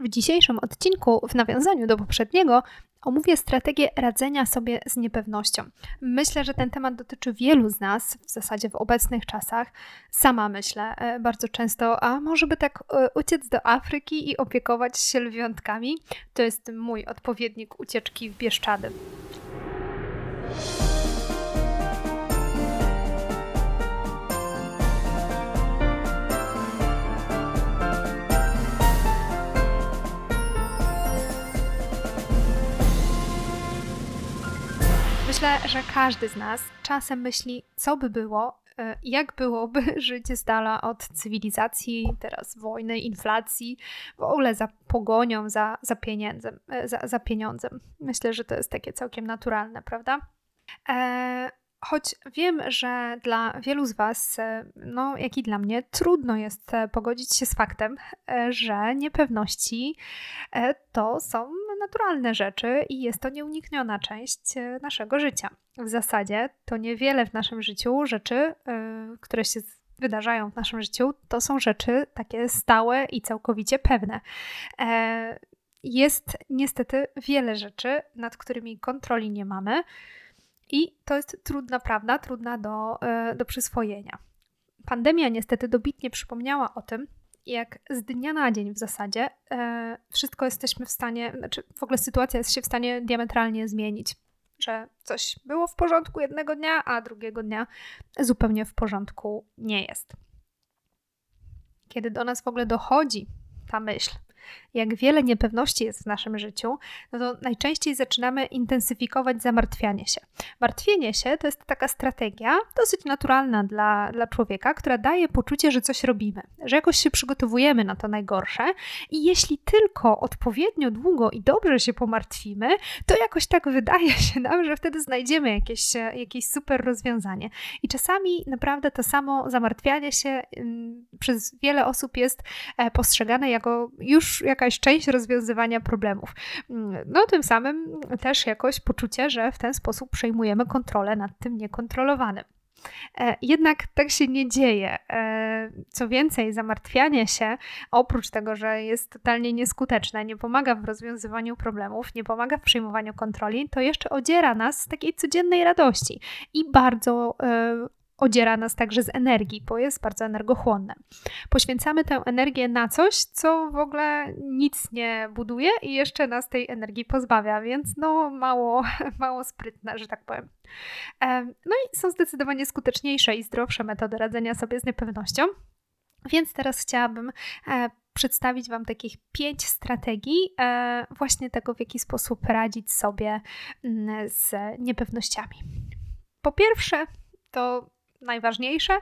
W dzisiejszym odcinku, w nawiązaniu do poprzedniego, omówię strategię radzenia sobie z niepewnością. Myślę, że ten temat dotyczy wielu z nas, w zasadzie w obecnych czasach. Sama myślę bardzo często, a może by tak uciec do Afryki i opiekować się lwiątkami? To jest mój odpowiednik ucieczki w Bieszczady. Myślę, że każdy z nas czasem myśli, co by było, jak byłoby żyć z dala od cywilizacji, teraz wojny, inflacji, w ogóle za pogonią, za pieniądzem. Myślę, że to jest takie całkiem naturalne, prawda? Choć wiem, że dla wielu z Was, jak i dla mnie, trudno jest pogodzić się z faktem, że niepewności to są naturalne rzeczy i jest to nieunikniona część naszego życia. W zasadzie to niewiele w naszym życiu rzeczy, które się wydarzają w naszym życiu, to są rzeczy takie stałe i całkowicie pewne. Jest niestety wiele rzeczy, nad którymi kontroli nie mamy, i to jest trudna prawda, trudna do przyswojenia. Pandemia niestety dobitnie przypomniała o tym, jak z dnia na dzień w zasadzie wszystko jesteśmy w stanie, w ogóle sytuacja jest się w stanie diametralnie zmienić. Że coś było w porządku jednego dnia, a drugiego dnia zupełnie w porządku nie jest. Kiedy do nas w ogóle dochodzi ta myśl, jak wiele niepewności jest w naszym życiu, no to najczęściej zaczynamy intensyfikować zamartwianie się. Martwienie się to jest taka strategia dosyć naturalna dla człowieka, która daje poczucie, że coś robimy, że jakoś się przygotowujemy na to najgorsze i jeśli tylko odpowiednio długo i dobrze się pomartwimy, to jakoś tak wydaje się nam, że wtedy znajdziemy jakieś super rozwiązanie. I czasami naprawdę to samo zamartwianie się przez wiele osób jest postrzegane jako już jakaś część rozwiązywania problemów. No tym samym też jakoś poczucie, że w ten sposób przejmujemy kontrolę nad tym niekontrolowanym. Jednak tak się nie dzieje. Co więcej, zamartwianie się, oprócz tego, że jest totalnie nieskuteczne, nie pomaga w rozwiązywaniu problemów, nie pomaga w przejmowaniu kontroli, to jeszcze odziera nas z takiej codziennej radości i bardzo odziera nas także z energii, bo jest bardzo energochłonne. Poświęcamy tę energię na coś, co w ogóle nic nie buduje i jeszcze nas tej energii pozbawia, więc mało sprytne, że tak powiem. No i są zdecydowanie skuteczniejsze i zdrowsze metody radzenia sobie z niepewnością, więc teraz chciałabym przedstawić Wam takich 5 strategii właśnie tego, w jaki sposób radzić sobie z niepewnościami. Po pierwsze, to najważniejsze,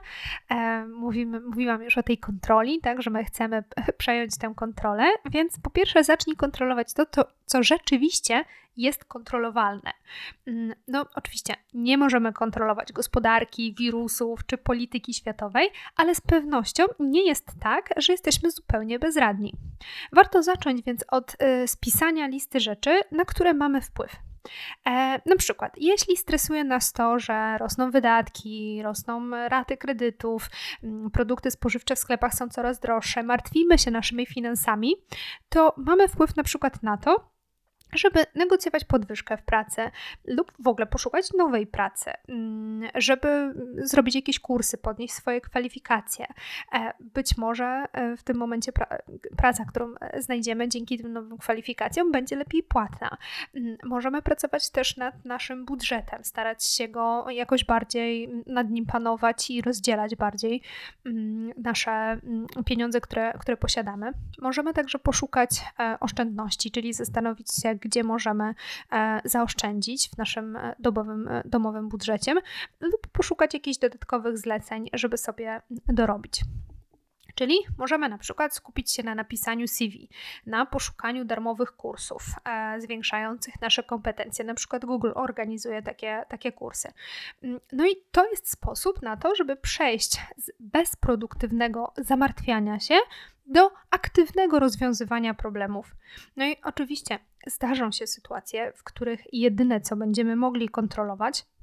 mówiłam już o tej kontroli, tak, że my chcemy przejąć tę kontrolę, więc po pierwsze zacznij kontrolować to, co rzeczywiście jest kontrolowalne. No oczywiście nie możemy kontrolować gospodarki, wirusów czy polityki światowej, ale z pewnością nie jest tak, że jesteśmy zupełnie bezradni. Warto zacząć więc od spisania listy rzeczy, na które mamy wpływ. Na przykład, jeśli stresuje nas to, że rosną wydatki, rosną raty kredytów, produkty spożywcze w sklepach są coraz droższe, martwimy się naszymi finansami, to mamy wpływ na przykład na to, żeby negocjować podwyżkę w pracy lub w ogóle poszukać nowej pracy, żeby zrobić jakieś kursy, podnieść swoje kwalifikacje. Być może w tym momencie praca, którą znajdziemy dzięki tym nowym kwalifikacjom, będzie lepiej płatna. Możemy pracować też nad naszym budżetem, starać się go jakoś bardziej nad nim panować i rozdzielać bardziej nasze pieniądze, które posiadamy. Możemy także poszukać oszczędności, czyli zastanowić się, gdzie możemy zaoszczędzić w naszym domowym budżecie lub poszukać jakichś dodatkowych zleceń, żeby sobie dorobić. Czyli możemy na przykład skupić się na napisaniu CV, na poszukaniu darmowych kursów zwiększających nasze kompetencje. Na przykład Google organizuje takie kursy. No i to jest sposób na to, żeby przejść z bezproduktywnego zamartwiania się do aktywnego rozwiązywania problemów. No i oczywiście zdarzą się sytuacje, w których jedyne, co będziemy mogli kontrolować,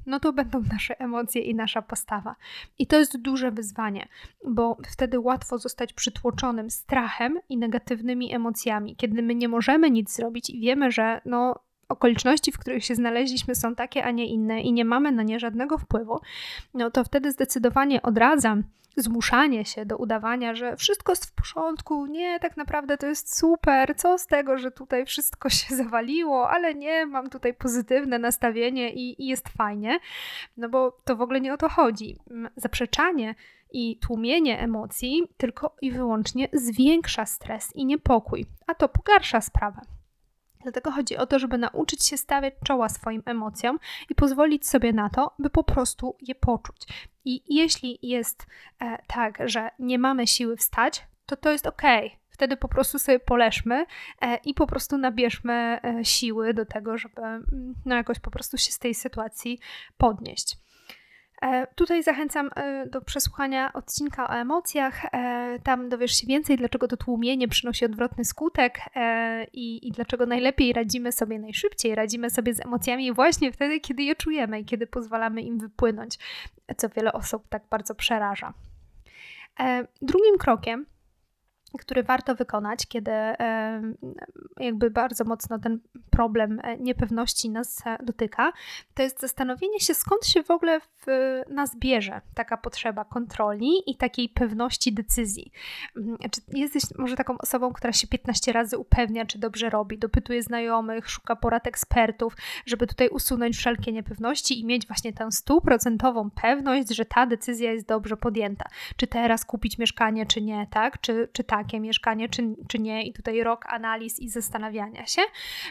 no to będą nasze emocje i nasza postawa. I to jest duże wyzwanie, bo wtedy łatwo zostać przytłoczonym strachem i negatywnymi emocjami, kiedy my nie możemy nic zrobić i wiemy, że okoliczności, w których się znaleźliśmy, są takie, a nie inne i nie mamy na nie żadnego wpływu, no to wtedy zdecydowanie odradzam zmuszanie się do udawania, że wszystko jest w porządku, nie, tak naprawdę to jest super, co z tego, że tutaj wszystko się zawaliło, ale nie, mam tutaj pozytywne nastawienie i jest fajnie, no bo to w ogóle nie o to chodzi. Zaprzeczanie i tłumienie emocji tylko i wyłącznie zwiększa stres i niepokój, a to pogarsza sprawę. Dlatego chodzi o to, żeby nauczyć się stawiać czoła swoim emocjom i pozwolić sobie na to, by po prostu je poczuć. I jeśli jest tak, że nie mamy siły wstać, to jest okej. Wtedy po prostu sobie poleżmy i po prostu nabierzmy siły do tego, żeby jakoś po prostu się z tej sytuacji podnieść. Tutaj zachęcam do przesłuchania odcinka o emocjach. Tam dowiesz się więcej, dlaczego to tłumienie przynosi odwrotny skutek i dlaczego najszybciej radzimy sobie z emocjami właśnie wtedy, kiedy je czujemy i kiedy pozwalamy im wypłynąć, co wiele osób tak bardzo przeraża. Drugim krokiem, który warto wykonać, kiedy jakby bardzo mocno ten problem niepewności nas dotyka, to jest zastanowienie się, skąd się w ogóle w nas bierze taka potrzeba kontroli i takiej pewności decyzji. Czy jesteś może taką osobą, która się 15 razy upewnia, czy dobrze robi, dopytuje znajomych, szuka porad ekspertów, żeby tutaj usunąć wszelkie niepewności i mieć właśnie tę 100% pewność, że ta decyzja jest dobrze podjęta. Czy teraz kupić mieszkanie, czy nie, tak? Czy takie mieszkanie, czy nie, i tutaj rok analiz i zastanawiania się,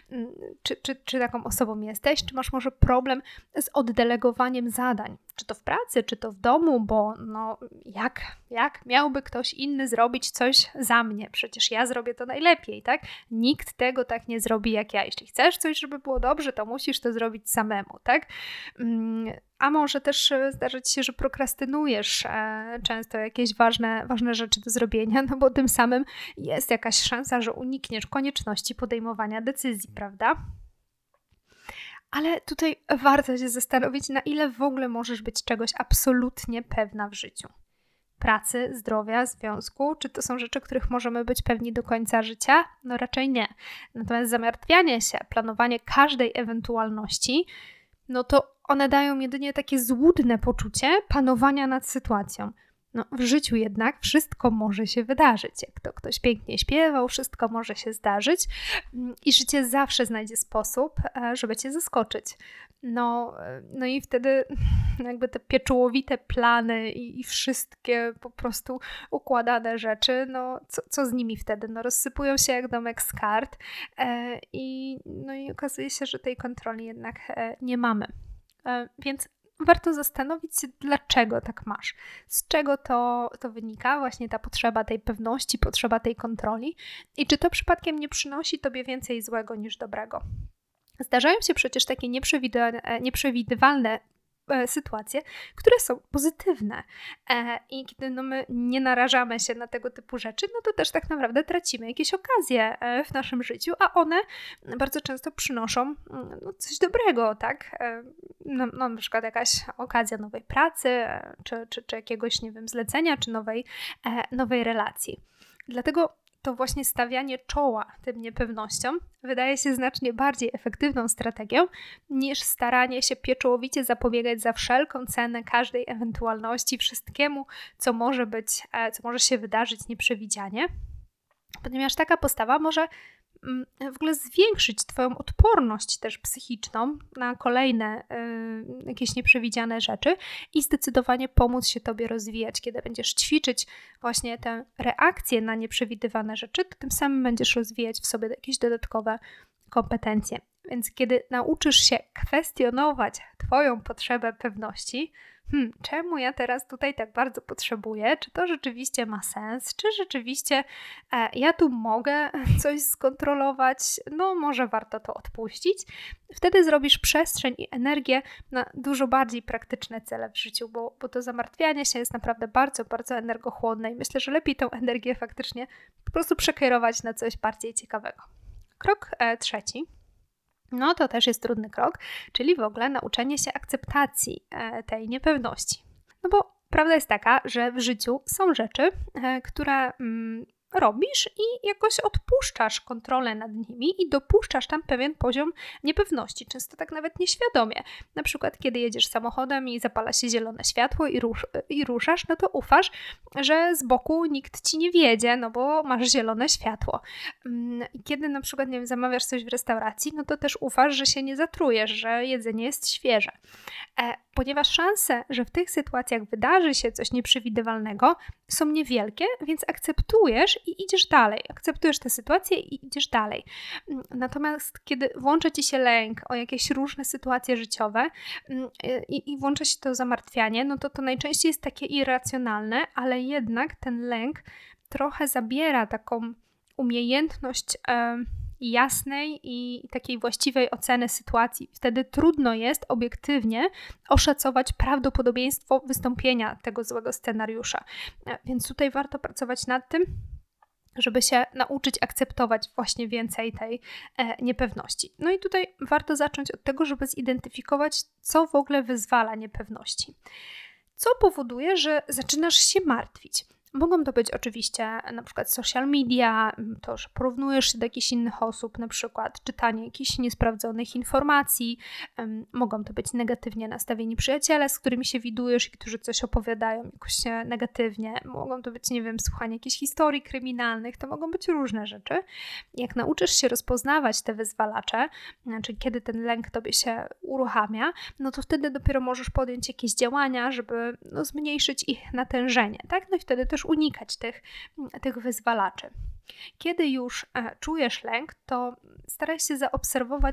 czy taką osobą jesteś, czy masz może problem z oddelegowaniem zadań, czy to w pracy, czy to w domu, bo jak miałby ktoś inny zrobić coś za mnie? Przecież ja zrobię to najlepiej, tak? Nikt tego tak nie zrobi jak ja. Jeśli chcesz coś, żeby było dobrze, to musisz to zrobić samemu, tak? A może też zdarzyć się, że prokrastynujesz często jakieś ważne rzeczy do zrobienia, no bo tym samym jest jakaś szansa, że unikniesz konieczności podejmowania decyzji, prawda? Ale tutaj warto się zastanowić, na ile w ogóle możesz być czegoś absolutnie pewna w życiu. Pracy, zdrowia, związku, czy to są rzeczy, których możemy być pewni do końca życia? No raczej nie. Natomiast zamartwianie się, planowanie każdej ewentualności, no to one dają jedynie takie złudne poczucie panowania nad sytuacją. No, w życiu jednak wszystko może się wydarzyć. Jak to ktoś pięknie śpiewał, wszystko może się zdarzyć i życie zawsze znajdzie sposób, żeby cię zaskoczyć. No i wtedy jakby te pieczołowite plany i wszystkie po prostu układane rzeczy, no co z nimi wtedy? No rozsypują się jak domek z kart i okazuje się, że tej kontroli jednak nie mamy. Więc warto zastanowić się, dlaczego tak masz. Z czego to wynika? Właśnie ta potrzeba tej pewności, potrzeba tej kontroli. I czy to przypadkiem nie przynosi tobie więcej złego niż dobrego? Zdarzają się przecież takie nieprzewidywalne sytuacje, które są pozytywne i kiedy my nie narażamy się na tego typu rzeczy, no to też tak naprawdę tracimy jakieś okazje w naszym życiu, a one bardzo często przynoszą coś dobrego, tak? Na przykład jakaś okazja nowej pracy, czy jakiegoś, nie wiem, zlecenia, czy nowej relacji. Dlatego to właśnie stawianie czoła tym niepewnościom wydaje się znacznie bardziej efektywną strategią niż staranie się pieczołowicie zapobiegać za wszelką cenę każdej ewentualności, wszystkiemu, co może się wydarzyć nieprzewidzianie. Ponieważ taka postawa może w ogóle zwiększyć twoją odporność też psychiczną na kolejne jakieś nieprzewidziane rzeczy i zdecydowanie pomóc się tobie rozwijać. Kiedy będziesz ćwiczyć właśnie tę reakcję na nieprzewidywane rzeczy, to tym samym będziesz rozwijać w sobie jakieś dodatkowe kompetencje. Więc kiedy nauczysz się kwestionować twoją potrzebę pewności, czemu ja teraz tutaj tak bardzo potrzebuję? Czy to rzeczywiście ma sens? Czy rzeczywiście ja tu mogę coś skontrolować? No może warto to odpuścić. Wtedy zrobisz przestrzeń i energię na dużo bardziej praktyczne cele w życiu, bo to zamartwianie się jest naprawdę bardzo, bardzo energochłonne i myślę, że lepiej tę energię faktycznie po prostu przekierować na coś bardziej ciekawego. Krok trzeci. No to też jest trudny krok, czyli w ogóle nauczenie się akceptacji tej niepewności. No bo prawda jest taka, że w życiu są rzeczy, które robisz i jakoś odpuszczasz kontrolę nad nimi i dopuszczasz tam pewien poziom niepewności, często tak nawet nieświadomie. Na przykład kiedy jedziesz samochodem i zapala się zielone światło i ruszasz, no to ufasz, że z boku nikt ci nie wjedzie, no bo masz zielone światło. Kiedy na przykład, nie wiem, zamawiasz coś w restauracji, no to też ufasz, że się nie zatrujesz, że jedzenie jest świeże. Ponieważ szanse, że w tych sytuacjach wydarzy się coś nieprzewidywalnego, są niewielkie, więc akceptujesz i idziesz dalej. Akceptujesz tę sytuację i idziesz dalej. Natomiast kiedy włącza ci się lęk o jakieś różne sytuacje życiowe i włącza się to zamartwianie, no to najczęściej jest takie irracjonalne, ale jednak ten lęk trochę zabiera taką umiejętność jasnej i takiej właściwej oceny sytuacji. Wtedy trudno jest obiektywnie oszacować prawdopodobieństwo wystąpienia tego złego scenariusza. Więc tutaj warto pracować nad tym, żeby się nauczyć akceptować właśnie więcej tej niepewności. No i tutaj warto zacząć od tego, żeby zidentyfikować, co w ogóle wyzwala niepewności. Co powoduje, że zaczynasz się martwić. Mogą to być oczywiście na przykład social media, to, że porównujesz się do jakichś innych osób, na przykład czytanie jakichś niesprawdzonych informacji, mogą to być negatywnie nastawieni przyjaciele, z którymi się widujesz i którzy coś opowiadają jakoś negatywnie, mogą to być, nie wiem, słuchanie jakichś historii kryminalnych, to mogą być różne rzeczy. Jak nauczysz się rozpoznawać te wyzwalacze, czyli kiedy ten lęk tobie się uruchamia, no to wtedy dopiero możesz podjąć jakieś działania, żeby zmniejszyć ich natężenie, tak? No i wtedy też unikać tych wyzwalaczy. Kiedy już czujesz lęk, to staraj się zaobserwować,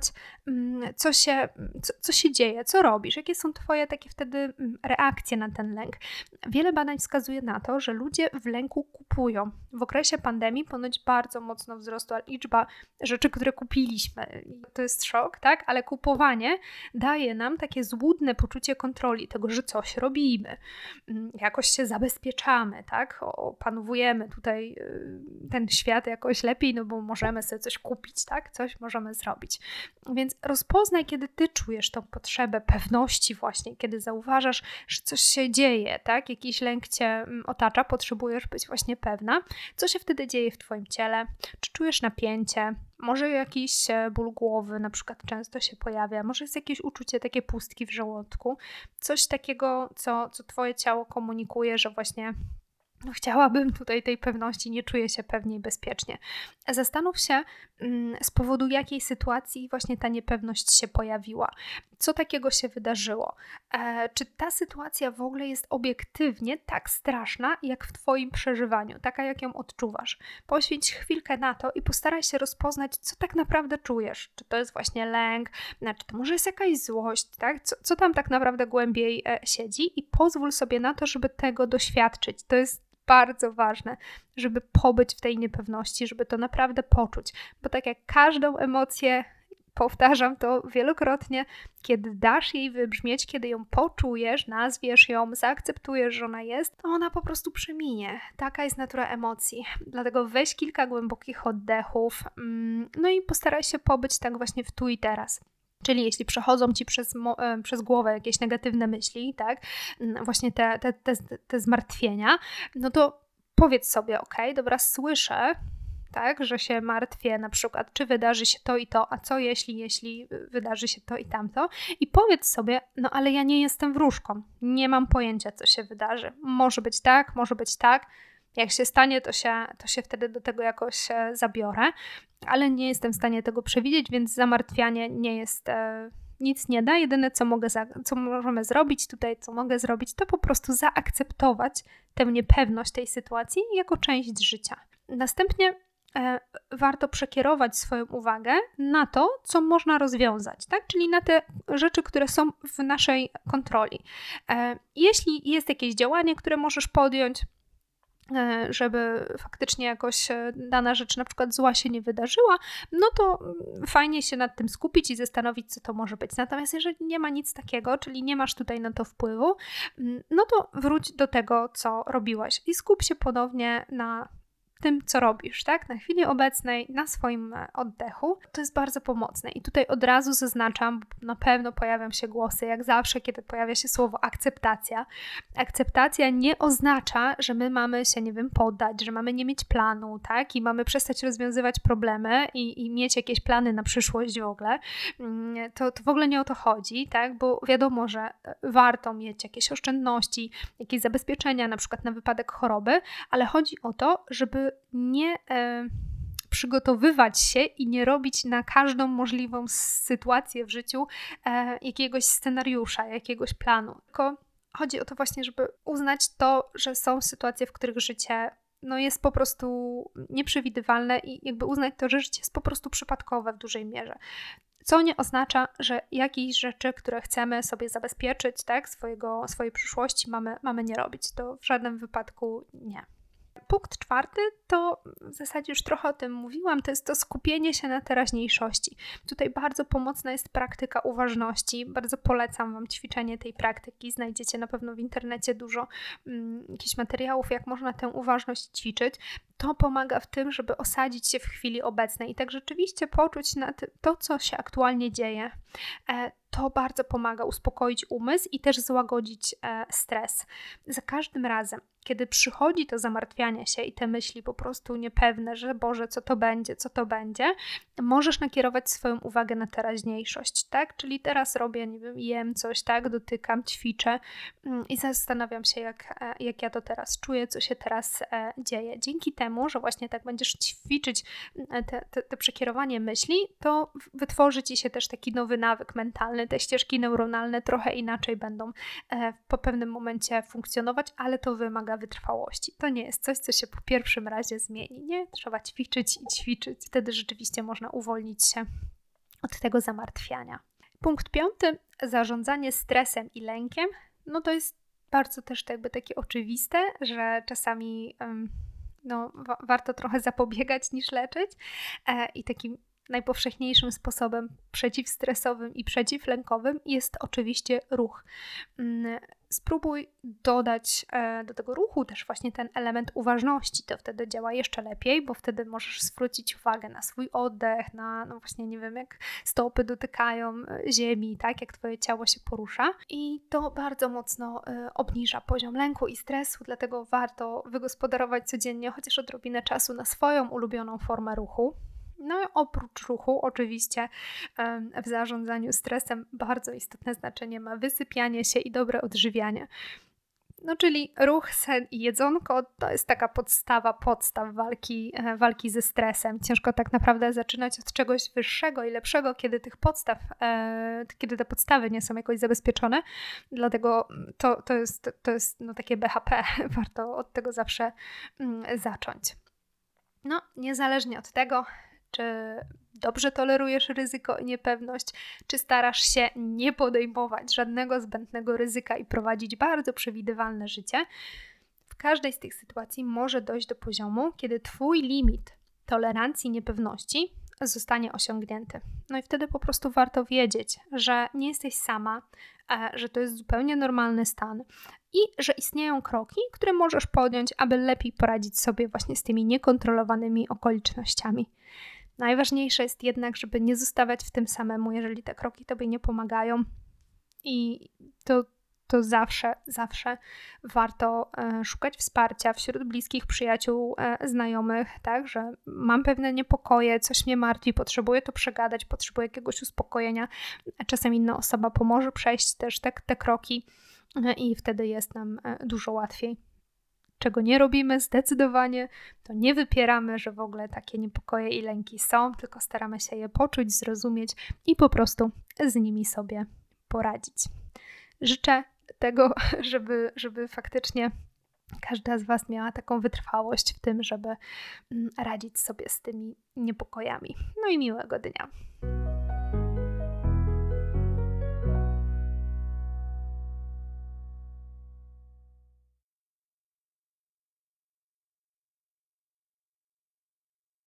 co się dzieje, co robisz, jakie są twoje takie wtedy reakcje na ten lęk. Wiele badań wskazuje na to, że ludzie w lęku kupują. W okresie pandemii ponoć bardzo mocno wzrosła liczba rzeczy, które kupiliśmy. To jest szok, tak? Ale kupowanie daje nam takie złudne poczucie kontroli, tego, że coś robimy. Jakoś się zabezpieczamy, tak? Opanowujemy tutaj ten świat jakoś lepiej, no bo możemy sobie coś kupić, tak? Coś możemy zrobić. Więc rozpoznaj, kiedy ty czujesz tą potrzebę pewności właśnie, kiedy zauważasz, że coś się dzieje, tak? Jakiś lęk cię otacza, potrzebujesz być właśnie pewna. Co się wtedy dzieje w twoim ciele? Czy czujesz napięcie? Może jakiś ból głowy na przykład często się pojawia, może jest jakieś uczucie takie pustki w żołądku, coś takiego, co twoje ciało komunikuje, że właśnie chciałabym tutaj tej pewności, nie czuję się pewnie i bezpiecznie. Zastanów się, z powodu jakiej sytuacji właśnie ta niepewność się pojawiła. Co takiego się wydarzyło? Czy ta sytuacja w ogóle jest obiektywnie tak straszna, jak w twoim przeżywaniu, taka jak ją odczuwasz? Poświęć chwilkę na to i postaraj się rozpoznać, co tak naprawdę czujesz. Czy to jest właśnie lęk, czy to może jest jakaś złość, tak? Co tam tak naprawdę głębiej siedzi i pozwól sobie na to, żeby tego doświadczyć. To jest bardzo ważne, żeby pobyć w tej niepewności, żeby to naprawdę poczuć, bo tak jak każdą emocję, powtarzam to wielokrotnie, kiedy dasz jej wybrzmieć, kiedy ją poczujesz, nazwiesz ją, zaakceptujesz, że ona jest, to ona po prostu przeminie. Taka jest natura emocji. Dlatego weź kilka głębokich oddechów, no i postaraj się pobyć tak właśnie w tu i teraz. Czyli jeśli przechodzą ci przez głowę jakieś negatywne myśli, tak, właśnie te zmartwienia, no to powiedz sobie, dobra, słyszę, tak, że się martwię na przykład, czy wydarzy się to i to, a co jeśli wydarzy się to i tamto, i powiedz sobie, no ale ja nie jestem wróżką, nie mam pojęcia, co się wydarzy. Może być tak, może być tak. Jak się stanie, to się wtedy do tego jakoś zabiorę, ale nie jestem w stanie tego przewidzieć, więc zamartwianie nie jest, nic nie da. Jedyne, co możemy zrobić tutaj, co mogę zrobić, to po prostu zaakceptować tę niepewność tej sytuacji jako część życia. Następnie warto przekierować swoją uwagę na to, co można rozwiązać, tak? Czyli na te rzeczy, które są w naszej kontroli. Jeśli jest jakieś działanie, które możesz podjąć, żeby faktycznie jakoś dana rzecz na przykład zła się nie wydarzyła, no to fajnie się nad tym skupić i zastanowić, co to może być. Natomiast jeżeli nie ma nic takiego, czyli nie masz tutaj na to wpływu, no to wróć do tego, co robiłaś i skup się ponownie na tym, co robisz, tak? Na chwili obecnej, na swoim oddechu. To jest bardzo pomocne. I tutaj od razu zaznaczam, bo na pewno pojawią się głosy, jak zawsze, kiedy pojawia się słowo akceptacja. Akceptacja nie oznacza, że my mamy się, poddać, że mamy nie mieć planu, tak? I mamy przestać rozwiązywać problemy i mieć jakieś plany na przyszłość w ogóle. To w ogóle nie o to chodzi, tak? Bo wiadomo, że warto mieć jakieś oszczędności, jakieś zabezpieczenia, na przykład na wypadek choroby, ale chodzi o to, żeby nie przygotowywać się i nie robić na każdą możliwą sytuację w życiu jakiegoś scenariusza, jakiegoś planu. Tylko chodzi o to właśnie, żeby uznać to, że są sytuacje, w których życie jest po prostu nieprzewidywalne i jakby uznać to, że życie jest po prostu przypadkowe w dużej mierze. Co nie oznacza, że jakieś rzeczy, które chcemy sobie zabezpieczyć, tak, swojej przyszłości mamy nie robić. To w żadnym wypadku nie. Punkt 4 to w zasadzie już trochę o tym mówiłam, to jest to skupienie się na teraźniejszości. Tutaj bardzo pomocna jest praktyka uważności. Bardzo polecam Wam ćwiczenie tej praktyki. Znajdziecie na pewno w internecie dużo jakichś materiałów, jak można tę uważność ćwiczyć. To pomaga w tym, żeby osadzić się w chwili obecnej i tak rzeczywiście poczuć na to, co się aktualnie dzieje. To bardzo pomaga uspokoić umysł i też złagodzić stres. Za każdym razem, kiedy przychodzi to zamartwianie się i te myśli po prostu niepewne, że Boże, co to będzie, możesz nakierować swoją uwagę na teraźniejszość, tak? Czyli teraz robię, jem coś, tak? Dotykam, ćwiczę i zastanawiam się, jak ja to teraz czuję, co się teraz dzieje. Dzięki temu, że właśnie tak będziesz ćwiczyć te przekierowanie myśli, to wytworzy Ci się też taki nowy nawyk mentalny, te ścieżki neuronalne trochę inaczej będą po pewnym momencie funkcjonować, ale to wymaga wytrwałości. To nie jest coś, co się po pierwszym razie zmieni, nie? Trzeba ćwiczyć i ćwiczyć. Wtedy rzeczywiście można uwolnić się od tego zamartwiania. Punkt 5. Zarządzanie stresem i lękiem. To jest bardzo też jakby takie oczywiste, że czasami warto trochę zapobiegać niż leczyć i takim najpowszechniejszym sposobem przeciwstresowym i przeciwlękowym jest oczywiście ruch. Spróbuj dodać do tego ruchu też właśnie ten element uważności. To wtedy działa jeszcze lepiej, bo wtedy możesz zwrócić uwagę na swój oddech, na właśnie jak stopy dotykają ziemi, tak, jak Twoje ciało się porusza. I to bardzo mocno obniża poziom lęku i stresu, dlatego warto wygospodarować codziennie chociaż odrobinę czasu na swoją ulubioną formę ruchu. I oprócz ruchu oczywiście w zarządzaniu stresem bardzo istotne znaczenie ma wysypianie się i dobre odżywianie. Czyli ruch, sen i jedzonko to jest taka podstaw walki ze stresem. Ciężko tak naprawdę zaczynać od czegoś wyższego i lepszego, kiedy kiedy te podstawy nie są jakoś zabezpieczone. Dlatego to jest takie BHP. Warto od tego zawsze zacząć. Niezależnie od tego, czy dobrze tolerujesz ryzyko i niepewność, czy starasz się nie podejmować żadnego zbędnego ryzyka i prowadzić bardzo przewidywalne życie, w każdej z tych sytuacji może dojść do poziomu, kiedy Twój limit tolerancji niepewności zostanie osiągnięty. I wtedy po prostu warto wiedzieć, że nie jesteś sama, że to jest zupełnie normalny stan i że istnieją kroki, które możesz podjąć, aby lepiej poradzić sobie właśnie z tymi niekontrolowanymi okolicznościami. Najważniejsze jest jednak, żeby nie zostawać w tym samemu, jeżeli te kroki Tobie nie pomagają i to zawsze warto szukać wsparcia wśród bliskich, przyjaciół, znajomych, tak, że mam pewne niepokoje, coś mnie martwi, potrzebuję to przegadać, potrzebuję jakiegoś uspokojenia. Czasem inna osoba pomoże przejść też te kroki i wtedy jest nam dużo łatwiej. Czego nie robimy zdecydowanie, to nie wypieramy, że w ogóle takie niepokoje i lęki są, tylko staramy się je poczuć, zrozumieć i po prostu z nimi sobie poradzić. Życzę tego, żeby faktycznie każda z Was miała taką wytrwałość w tym, żeby radzić sobie z tymi niepokojami. I miłego dnia.